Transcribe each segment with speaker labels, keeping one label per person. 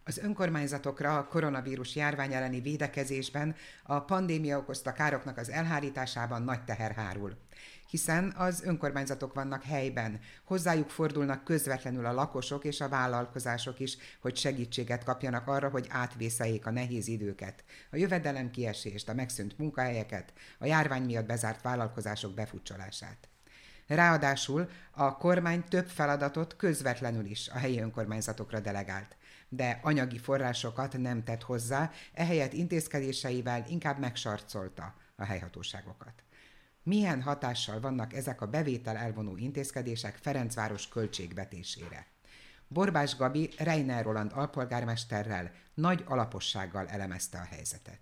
Speaker 1: Az önkormányzatokra a koronavírus járvány elleni védekezésben, a pandémia okozta károknak az elhárításában nagy teher hárul. Hiszen az önkormányzatok vannak helyben, hozzájuk fordulnak közvetlenül a lakosok és a vállalkozások is, hogy segítséget kapjanak arra, hogy átvészeljék a nehéz időket, a jövedelemkiesést, a megszűnt munkahelyeket, a járvány miatt bezárt vállalkozások befutcsolását. Ráadásul a kormány több feladatot közvetlenül is a helyi önkormányzatokra delegált, de anyagi forrásokat nem tett hozzá, ehelyett intézkedéseivel inkább megsarcolta a helyhatóságokat. Milyen hatással vannak ezek a bevétel elvonó intézkedések Ferencváros költségvetésére? Borbás Gabi Reiner Roland alpolgármesterrel nagy alapossággal elemezte a helyzetet.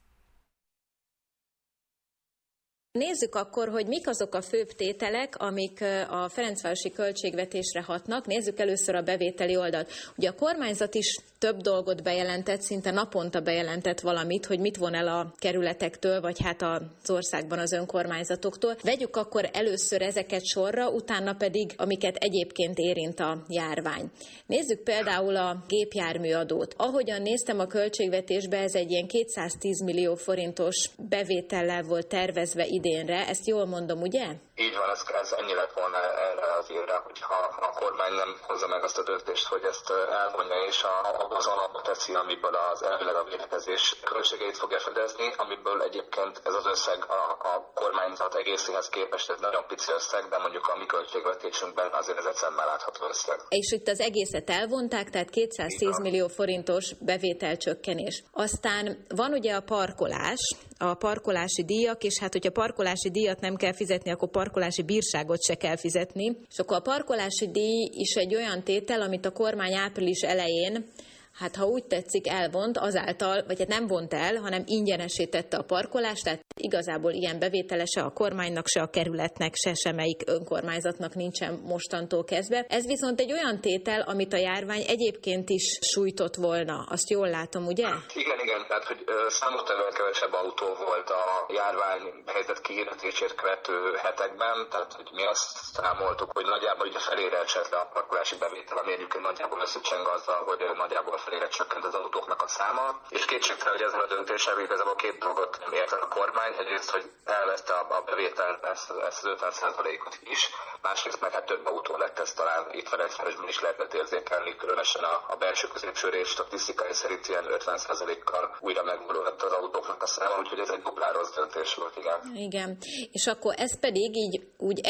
Speaker 2: Nézzük akkor, hogy mik azok a főbb tételek, amik a ferencvárosi költségvetésre hatnak. Nézzük először a bevételi oldalt. Ugye a kormányzat is több dolgot bejelentett, szinte naponta bejelentett valamit, hogy mit von el a kerületektől, vagy hát az országban az önkormányzatoktól. Vegyük akkor először ezeket sorra, utána pedig, amiket egyébként érint a járvány. Nézzük például a gépjárműadót. Ahogyan néztem a költségvetésbe, ez egy ilyen 210 millió forintos bevétellel volt tervezve idénre. Ezt jól mondom, ugye?
Speaker 3: Így van, ez ennyi lett volna erre az évre, hogyha a kormány nem hozza meg azt a döntést, hogy ezt elvonja és az alapba teszi, amiből az elvileg a védekezés költségeit fogja fedezni, amiből egyébként ez az összeg a kormányzat egészéhez képest egy nagyon pici összeg, de mondjuk a mi költségvetésünkben azért ez egy szemmel látható összeg.
Speaker 2: És itt az egészet elvonták, tehát 210 millió forintos bevételcsökkenés. Aztán van ugye a parkolás, a parkolási díjak, és hát hogyha parkolási díjat nem kell fizetni, akkor parkolási bírságot se kell fizetni. És akkor a parkolási díj is egy olyan tétel, amit a kormány április elején, hát ha úgy tetszik, elvont azáltal, vagy hát nem vont el, hanem ingyenesítette a parkolást, tehát igazából ilyen bevétele se a kormánynak, se a kerületnek, se semmelyik önkormányzatnak nincsen mostantól kezdve. Ez viszont egy olyan tétel, amit a járvány egyébként is sújtott volna. Azt jól látom, ugye?
Speaker 3: Igen, tehát hogy számottevően kevesebb autó volt a járvány helyzet kihirdetését követő hetekben, tehát hogy mi azt számoltuk, hogy nagyjából ugye felére esett le a parkolási bevétel, ami egyébként nagyjából összecseng azzal, hogy nagyjából felére csökkent az autóknak a száma, és kétségtelen, hogy ezzel a döntéssel igazából két dolgot nem ért el a kormány. Egyrészt, hogy elveszte a bevétel ezt az 50%-ot is, másrészt meg hát több autó lett, ezt talán itt Ferencvárosban is lehetett érzékelni, különösen a belső középső rész statisztikai szerint ilyen 50%-kal újra megvonulat az autóknak a száma, úgyhogy ez egy duplán rossz döntés volt, igen.
Speaker 2: Igen, és akkor ez pedig így úgy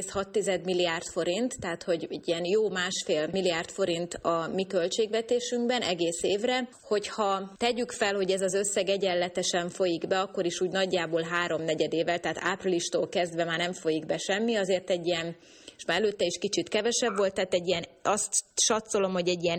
Speaker 2: 1,6 milliárd forint, tehát hogy egy ilyen jó 1,5 milliárd forint a mi költségvetésünkben egész évre, hogyha tegyük fel, hogy ez az összeg egyenletesen folyik be, akkor is úgy nagyjából 3/4, tehát áprilistól kezdve már nem folyik be semmi, azért egy ilyen, és már előtte is kicsit kevesebb volt, tehát egy ilyen, azt satszolom, hogy egy ilyen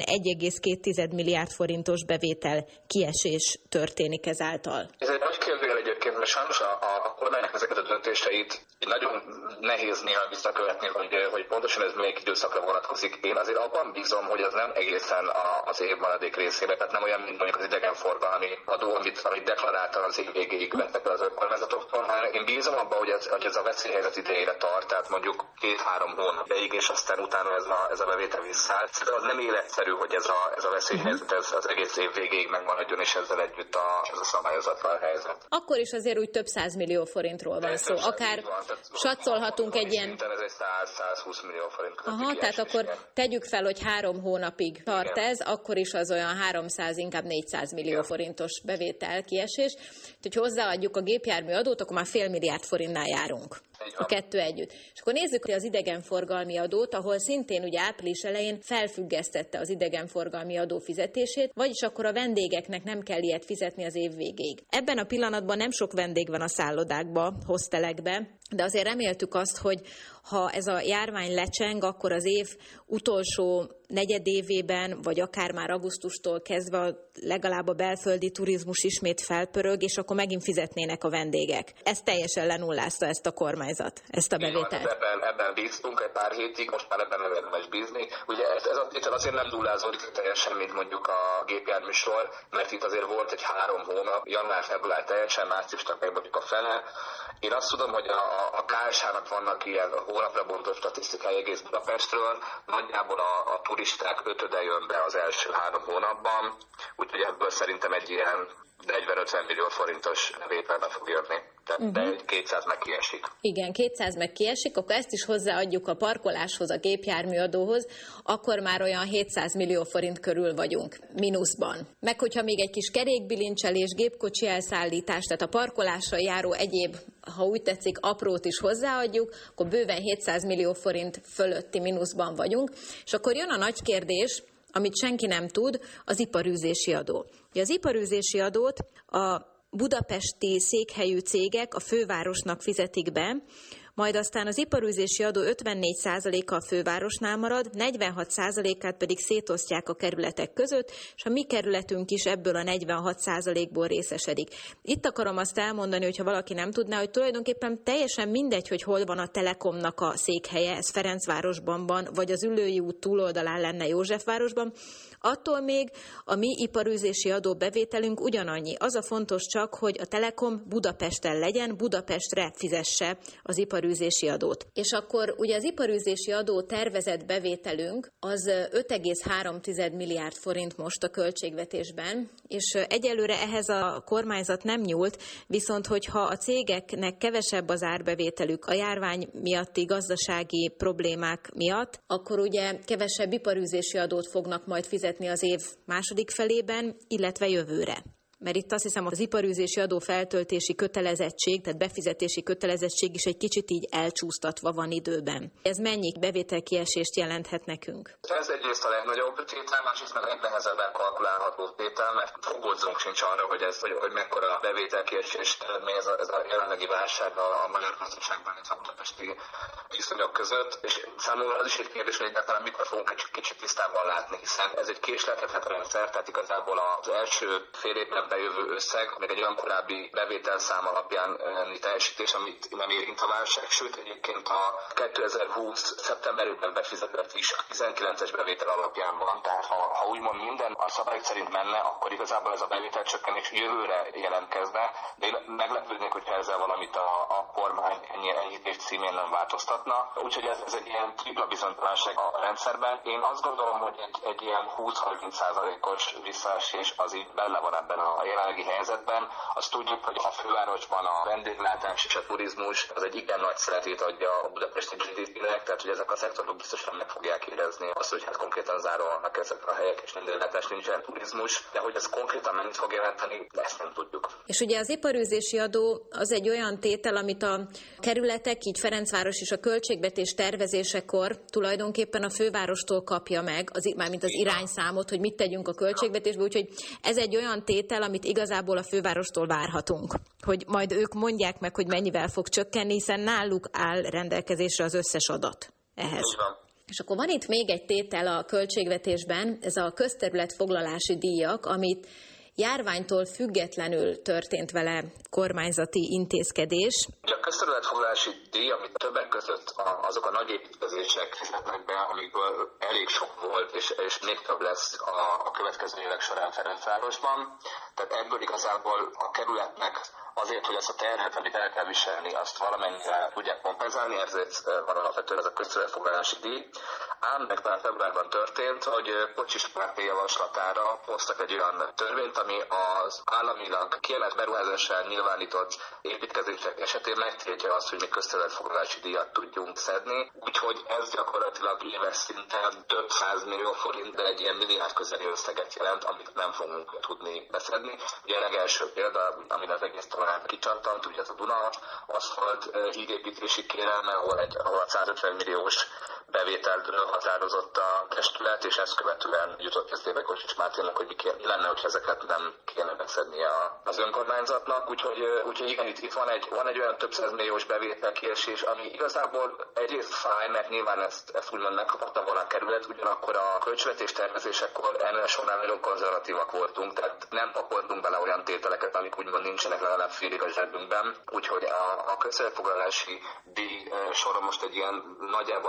Speaker 2: 1,2 milliárd forintos bevétel kiesés történik ezáltal.
Speaker 3: Ez egy nagy kérdőjel egyébként, mert sajnos a kormánynak ezeket a döntéseit nagyon nehéz néha visszakövetni, hogy pontosan ez melyik időszakra vonatkozik. Én azért abban bízom, hogy ez nem egészen az év maradék részében, tehát nem olyan, mint mondjuk az idegenforgalmi adó, amit deklaráltan az év végéig vettek az önkormányzatoktól, hanem én bízom abban, hogy ez a veszélyhelyzet idejére tart, tehát mondjuk 2-3 hónapig, és aztán utána ez a bevétel visszáll. Szerintem az nem életszerű, hogy ez a veszélyhelyzet az egész év végéig megmaradjon, és ezzel együtt ez a szabályozatlan helyzet.
Speaker 2: Akkor is azért úgy több 100 millió forintról van szó. Akár satszolhatunk egy ilyen...
Speaker 3: Ez egy 100-120 millió forint.
Speaker 2: Aha, tehát akkor tegyük fel, hogy 3 hónapig tart ez, akkor is az olyan 300, inkább 400 millió forintos bevétel kiesés. Úgyhogy hozzáadjuk a gépjármű adót, akkor már 500 milliárd forintnál járunk. A kettő együtt. És akkor nézzük az idegenforgalmi adót, ahol szintén ugye április elején felfüggesztette az idegenforgalmi adó fizetését, vagyis akkor a vendégeknek nem kell ilyet fizetni az év végéig. Ebben a pillanatban nem sok vendég van a szállodákba, hostelekbe, de azért reméltük azt, hogy ha ez a járvány lecseng, akkor az év utolsó negyedévében, vagy akár már augusztustól kezdve legalább a belföldi turizmus ismét felpörög, és akkor megint fizetnének a vendégek. Ez teljesen lenullázta ezt a kormányzat, ezt a bevételt.
Speaker 3: Ebben bíztunk egy pár hétig, most már ebben nem érdemes bízni. Ugye ez a tétel azért nem nullázódik teljesen, mint mondjuk a gépjárműsor, mert itt azért volt egy 3 hónap, január-február teljesen, márciusnak meg mondjuk a fele. Én azt tudom, hogy a a KSH-nak vannak ilyen hónapra bontott statisztikái egész Budapestről, nagyjából a turisták 5-öde jön be az első 3 hónapban, úgyhogy ebből szerintem egy ilyen 40-50 millió forintos bevételbe fog jönni. De 200 meg kiesik.
Speaker 2: Igen, 200 meg kiesik, akkor ezt is hozzáadjuk a parkoláshoz, a gépjárműadóhoz, akkor már olyan 700 millió forint körül vagyunk, mínuszban. Meg hogyha még egy kis kerékbilincselés, gépkocsi elszállítás, tehát a parkolásra járó egyéb, ha úgy tetszik, aprót is hozzáadjuk, akkor bőven 700 millió forint fölötti mínuszban vagyunk. És akkor jön a nagy kérdés, amit senki nem tud, az iparűzési adó. Ugye az iparűzési adót a budapesti székhelyű cégek a fővárosnak fizetik be, majd aztán az iparűzési adó 54%-a a fővárosnál marad, 46%-át pedig szétosztják a kerületek között, és a mi kerületünk is ebből a 46%-ból részesedik. Itt akarom azt elmondani, hogyha valaki nem tudná, hogy tulajdonképpen teljesen mindegy, hogy hol van a Telekomnak a székhelye, ez Ferencvárosban van, vagy az Üllői út túloldalán lenne Józsefvárosban, attól még a mi iparűzési adó bevételünk ugyanannyi. Az a fontos csak, hogy a Telekom Budapesten legyen, Budapestre fizesse az iparűzési adót. És akkor ugye az iparűzési adó tervezett bevételünk az 5,3 milliárd forint most a költségvetésben, és egyelőre ehhez a kormányzat nem nyúlt, viszont hogyha a cégeknek kevesebb az árbevételük a járvány miatti gazdasági problémák miatt, akkor ugye kevesebb iparűzési adót fognak majd fizetni az év második felében, illetve jövőre. Mert itt azt hiszem, az iparűzési adó feltöltési kötelezettség, tehát befizetési kötelezettség is egy kicsit így elcsúsztatva van időben. Ez mennyi bevételkiesést jelenthet nekünk?
Speaker 3: Ez egyrészt a legnagyobb tétel, másrészt meg legnehezebben kalkulálható tétel, mert fogódzunk sincs arra, hogy mekkora bevételkiesést eredményez ez a jelenlegi válság a magyar gazdaságban, itt a budapesti viszonyok között. És számomra az is egy kérdés, hogy egyáltalán mikor fogunk egy kicsit tisztában látni, hiszen ez egy késleltethető rendszer, tehát igazából az első fél évben bejövő összeg, még egy olyan korábbi bevételszám alapján teljesítés, amit nem érint a válság, sőt egyébként a 2020. szeptemberében befizetett is 19-es bevétel alapján van, tehát ha úgymond minden a szabályok szerint menne, akkor igazából ez a bevételcsökkenés jövőre jelentkezne, de én meglepődnék, hogyha ezzel valamit a kormány ennyi enyhítés címén nem változtatna. Úgyhogy ez egy ilyen tripla bizonytalanság a rendszerben. Én azt gondolom, hogy egy ilyen 20-30%-os visszaesés az így benne van ebben a jelenlegi helyzetben. Azt tudjuk, hogy a fővárosban a vendéglátás és a turizmus az egy igen nagy szeretét adja a budapesti GDP-nek, tehát hogy ezek a szektorok biztosan meg fogják érezni azt, hogy hát konkrétan zárolnak ezek a helyek, és vendéglátás, nincsen turizmus, de hogy ez konkrétan mennyit fog jelenteni, ezt nem tudjuk.
Speaker 2: És ugye az iparűzési adó az egy olyan tétel, amit a kerületek, így Ferencváros is a költségvetés tervezésekor tulajdonképpen a fővárostól kapja meg, mármint az irányszámot, hogy mit tegyünk a költségvetésbe, úgyhogy ez egy olyan tétel, amit igazából a fővárostól várhatunk, hogy majd ők mondják meg, hogy mennyivel fog csökkenni, hiszen náluk áll rendelkezésre az összes adat ehhez. És akkor van itt még egy tétel a költségvetésben, ez a közterületfoglalási díjak, amit járványtól függetlenül történt vele kormányzati intézkedés.
Speaker 3: A közterületfoglalási díj, amit többek között azok a nagy építkezések fizetnek be, amikből elég sok volt, és még több lesz a következő évek során Ferencvárosban. Tehát ebből igazából a kerületnek azért, hogy ezt a terhet, amit el kell viselni, azt valamennyire tudják kompenzálni, ezért van alapvetően ez a közterületfoglalási díj. Ám meg már februárban történt, hogy Kocsis párti javaslatára hoztak egy olyan törvényt, ami az államilag kiemelt beruházással nyilvánított építkezések esetén megtiltja azt, hogy mi közterületfoglalási díjat tudjunk szedni. Úgyhogy ez gyakorlatilag éves szinten több 100 millió forint, de egy ilyen milliárd közeli összeget jelent, amit nem fogunk tudni beszedni. Ugye a legelső példa, amin az egész talán kicsattant, ugye a Duna aszfalt hídépítési kérelme, ahol 150 milliós bevételről határozott a testület, és ezt követően jutott eszébe Kocsis Márténnek, hogy mi lenne, hogy ezeket nem kéne beszednie az önkormányzatnak. Úgyhogy igen, itt van egy olyan több 100 milliós bevételkiesés, ami igazából egyrészt fáj, mert nyilván ezt úgymond megkaphatta volna a kerület, ugyanakkor a költségvetés tervezésekor ennél során nagyon konzervatívak voltunk, tehát nem pakoltunk bele olyan tételeket, amik úgymond nincsenek legalább félig a zsebünkben. Úgyhogy a közterületfoglalási díj soron most egy ilyen nagyjából 300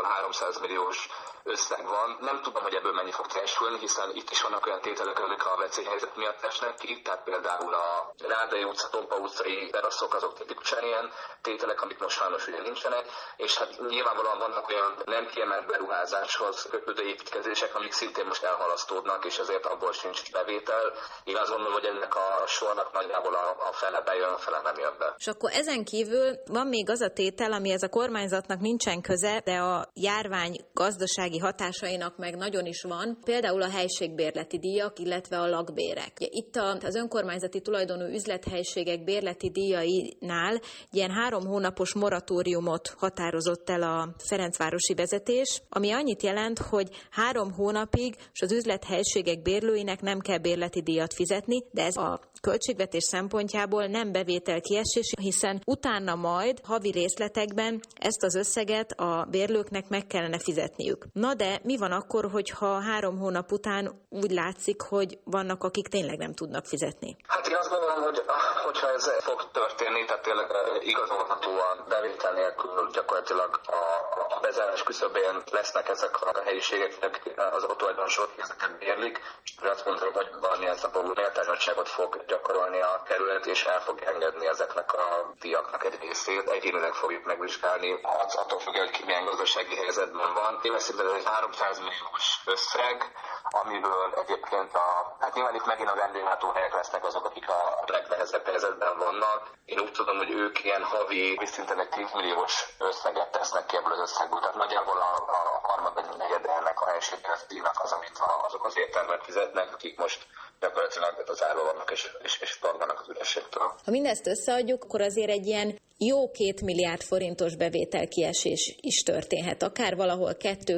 Speaker 3: 300 milliós összeg van. Nem tudom, hogy ebből mennyi fog teljesülni, hiszen itt is vannak olyan tételek, amik a veszélyhelyzet miatt esnek ki, tehát például a Rádai utca, Tompa utcai teraszok, azok tipikusan ilyen tételek, amik most sajnos ugye nincsenek, és hát nyilvánvalóan vannak olyan nem kiemelt beruházáshoz kötődő építkezések, amik szintén most elhalasztódnak, és ezért abból sincs bevétel. Én azt gondolom, hogy ennek a sornak nagyjából a fele bejön, a fele nem jön be.
Speaker 2: És akkor ezen kívül van még az a tétel, ami ez a kormányzatnak nincsen köze, de a járvány gazdasági hatásainak meg nagyon is van, például a helységbérleti díjak, illetve a lakbérek. Itt az önkormányzati tulajdonú üzlethelyiségek bérleti díjainál ilyen 3 hónapos moratóriumot határozott el a ferencvárosi vezetés, ami annyit jelent, hogy 3 hónapig és az üzlethelyiségek bérlőinek nem kell bérleti díjat fizetni, de ez a költségvetés szempontjából nem bevételkiesés, hiszen utána majd havi részletekben ezt az összeget a bérlőknek meg kellene fizetniük. Na de mi van akkor, hogyha 3 hónap után úgy látszik, hogy vannak, akik tényleg nem tudnak fizetni?
Speaker 3: Hát én azt gondolom, hogyha ez fog történni, tehát tényleg igazolhatóan bevétel nélkül gyakorlatilag a bezárás küszöbén lesznek ezek a helyiségeknek az autótulajdonosok, ezeket bérlik, és azt gondolom, hogy valamilyen szempontból méltányosságot fog gyakorolni a kerület, és el fog engedni ezeknek a díjaknak egy részét. Egyénileg fogjuk megvizsgálni, attól függően, hogy ki milyen gazdasági helyzetben van. Éves szinten ez egy 300 milliós összeg, amiből egyébként hát nyilván itt megint a vendéglátóhelyek lesznek azok, akik a legnehezebb helyzetben vannak. Én úgy tudom, hogy ők ilyen havi szinten egy 10 milliós összeget tesznek ki ebből az összegből. Tehát nagyjából a harmad vagy negyed ennek a helységdíjnak az, amit azok az értelmet fizetnek, akik most gyakorlatilag az álló vannak és tartanak az ürességtől.
Speaker 2: Ha mindezt összeadjuk, akkor azért egy ilyen jó 2 milliárd forintos bevételkiesés is történhet, akár valahol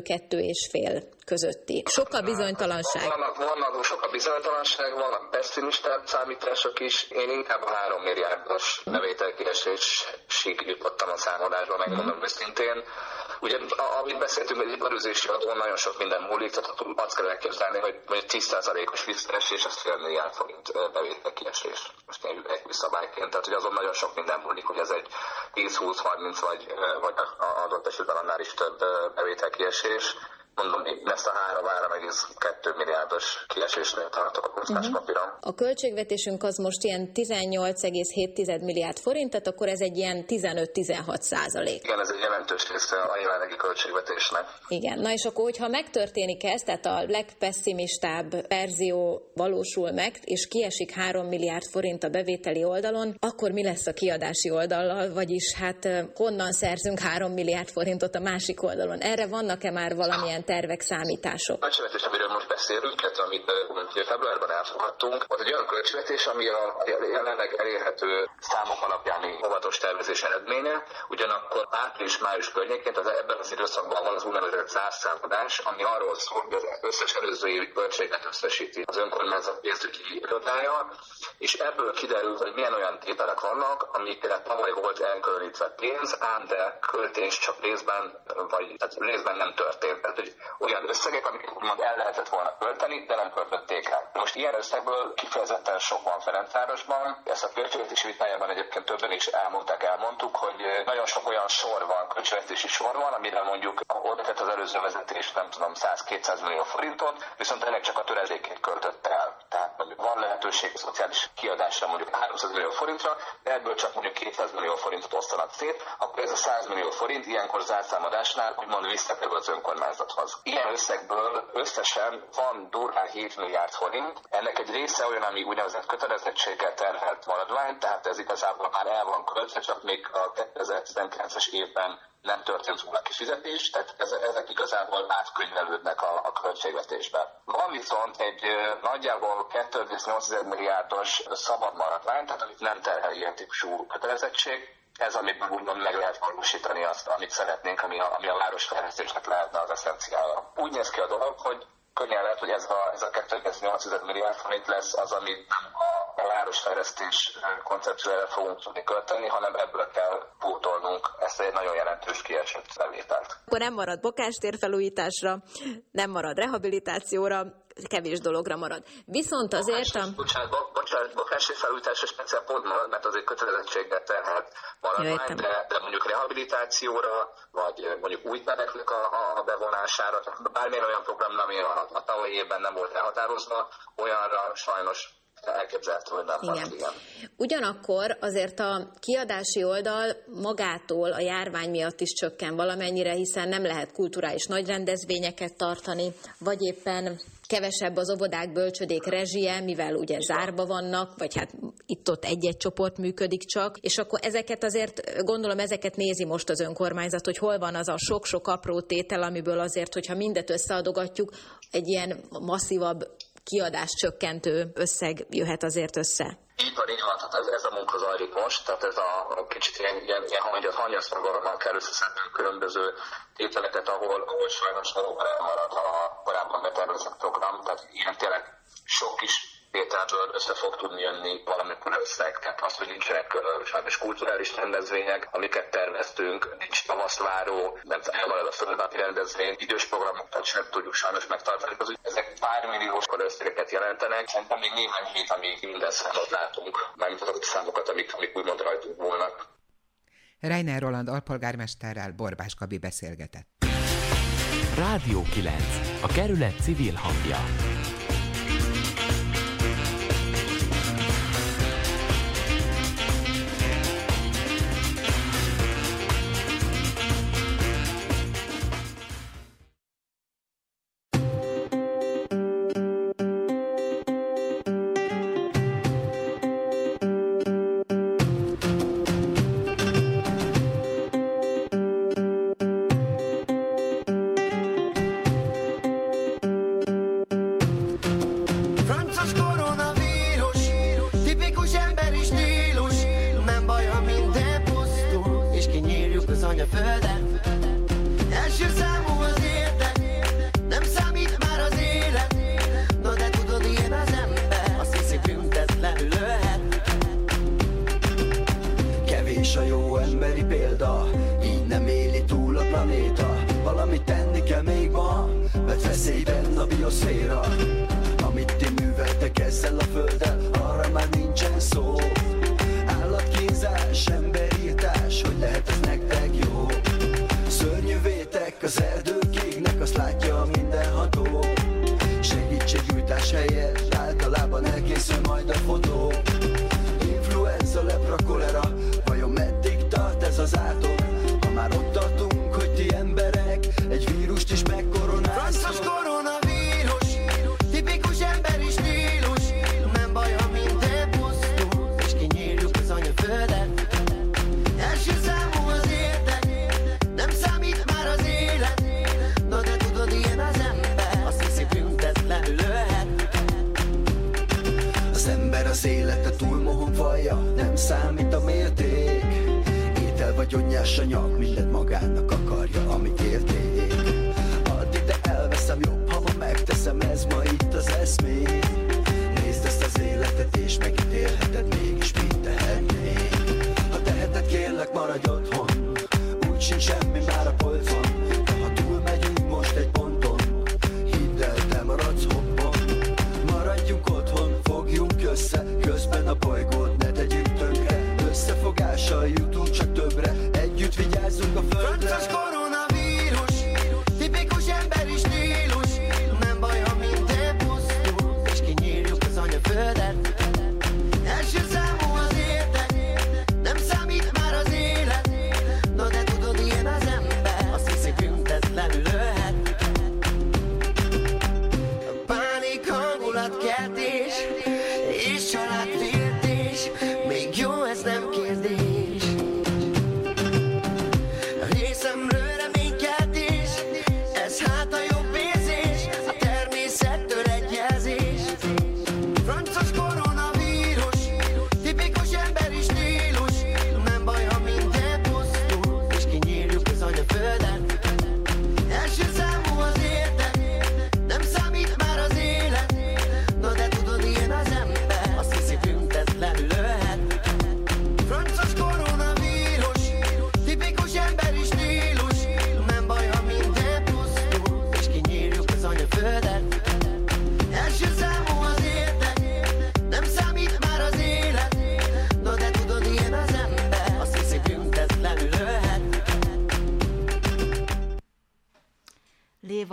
Speaker 2: 2-2,5 közötti. Sok a bizonytalanság.
Speaker 3: Vannak sok a bizonytalanság, vannak pessimistább számítások is. Én inkább a 3 milliárdos bevételkiesésig jutottam a számolásba, megmondom őszintén. Ugye, amit beszéltünk, hogy egy iparüzési adón nagyon sok minden múlik, tehát azt kell elképzelni, hogy 10%-os visszaesés, az fél milliárd forint bevételkiesés. Most egy szabályként, tehát hogy azon nagyon sok minden múlik, hogy ez egy 10-20-30 vagy adott esetben annál is több bevételkiesés. Mondom, én ezt a 3,2 milliárdos kiesésnél tartok a kockáspapíron.
Speaker 2: A költségvetésünk az most ilyen 18,7 milliárd forint, tehát akkor ez egy ilyen 15-16%.
Speaker 3: Igen, ez egy jelentős része a jelenlegi költségvetésnek.
Speaker 2: Igen, na és akkor, hogyha megtörténik ez, tehát a legpesszimistább verzió valósul meg, és kiesik 3 milliárd forint a bevételi oldalon, akkor mi lesz a kiadási oldallal, vagyis hát honnan szerzünk 3 milliárd forintot a másik oldalon? Erre vannak-e már valamilyen tervek, számítások?
Speaker 3: A költségvetés, amiről most beszélünk, amit februárban elfogadtunk, az egy olyan költségvetés, ami a jelenleg elérhető számok alapjáni óvatos tervezés eredménye. Ugyanakkor április-május környékén, ebben az időszakban van az úgynevezett zárszámadás, ami arról szól, hogy az összes előző évi költséget összesíti az önkormányzat pénzügyi irodája, és ebből kiderül, hogy milyen olyan tételek vannak, amikre tavaly volt elkülönítve pénz, ám de költés csak részben nem történt. Tehát, hogy olyan összegek, amiket úgymond el lehetett volna költeni, de nem költötték el. Most ilyen összegből kifejezetten sok van Ferencvárosban. Ezt a költségvetési vitájában egyébként többen is elmondtuk, hogy nagyon sok olyan sor van, költségvetési sor van, amire mondjuk oda tett az előző vezetés, nem tudom, 100-200 millió forintot, viszont ennek csak a töredékét költötte el. Tehát mondjuk van lehetőség a szociális kiadásra mondjuk 300 millió forintra, de ebből csak mondjuk 200 millió forintot osztanak szét, akkor ez a 100 millió forint ilyenkor zárszámadásnál úgymond visszakerül az önkormányzathoz. Ilyen összegből összesen van durván 7 milliárd forint. Ennek egy része olyan, ami úgynevezett kötelezettséggel terhelt maradvány, tehát ez igazából már el van költve, csak még a 2019-es évben nem történt róla kifizetés, tehát ezek igazából átkönyvelődnek a költségvetésbe. Van viszont egy nagyjából 2,8 milliárdos szabad maradvány, tehát amit nem terhel ilyen típusú kötelezettség. Ez, amit úgymond meg lehet valósítani azt, amit szeretnénk, ami a városfejlesztésnek lehetne az eszenciája. Úgy néz ki a dolog, hogy könnyen lehet, hogy ez a 2,8 milliárd forint lesz az, amit a városfejlesztés koncepciójára fogunk tudni költeni, hanem ebből kell pótolnunk ezt egy nagyon jelentős kiesett bevételt.
Speaker 2: Akkor nem marad Bokástér felújításra, nem marad rehabilitációra, kevés dologra marad. Viszont azért
Speaker 3: Bokási felújítása speciál pont marad, mert azért kötelezettséggel terhelt maradvány, de mondjuk rehabilitációra, vagy mondjuk új menekülők a bevonására, bármilyen olyan program, ami a tavalyi évben nem volt elhatározva, olyanra sajnos elképzelhető, hogy nem marad, igen.
Speaker 2: Ugyanakkor azért a kiadási oldal magától a járvány miatt is csökken valamennyire, hiszen nem lehet kulturális nagy rendezvényeket tartani, vagy éppen kevesebb az óvodák, bölcsödék rezsie, mivel ugye zárva vannak, vagy hát itt-ott egy-egy csoport működik csak, és akkor ezeket azért, gondolom ezeket nézi most az önkormányzat, hogy hol van az a sok-sok apró tétel, amiből azért, hogyha mindet összeadogatjuk, egy ilyen masszívabb kiadás csökkentő összeg jöhet azért össze.
Speaker 3: Így van, tehát ez a munka zajlik most, tehát ez a kicsit ilyen hangyaszmagalommal kell összeszednünk különböző tételeket, ahol sajnos valóban elmarad a korábban betervezett program, tehát ilyen tényleg sok kis tételből össze fog tudni jönni valamikor összeg, tehát az, hogy nincsenek sajnos kulturális rendezvények, amiket terveztünk, nincs tavaszváró, nem elmarad a földnapi rendezvény, idős programokat sem tudjuk sajnos megtartani. Ezek pár milliós összegeket jelentenek, szerintem még néhány hét, amíg minden számot látunk, mármint azok a számokat, amik úgymond rajtunk volnak.
Speaker 1: Reiner Roland alpolgármesterrel Borbás Gabi beszélgetett.
Speaker 4: Rádió 9. A kerület civil hangja.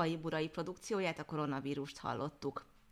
Speaker 5: Faji Burai produkcióját, a Koronavírust hallottuk.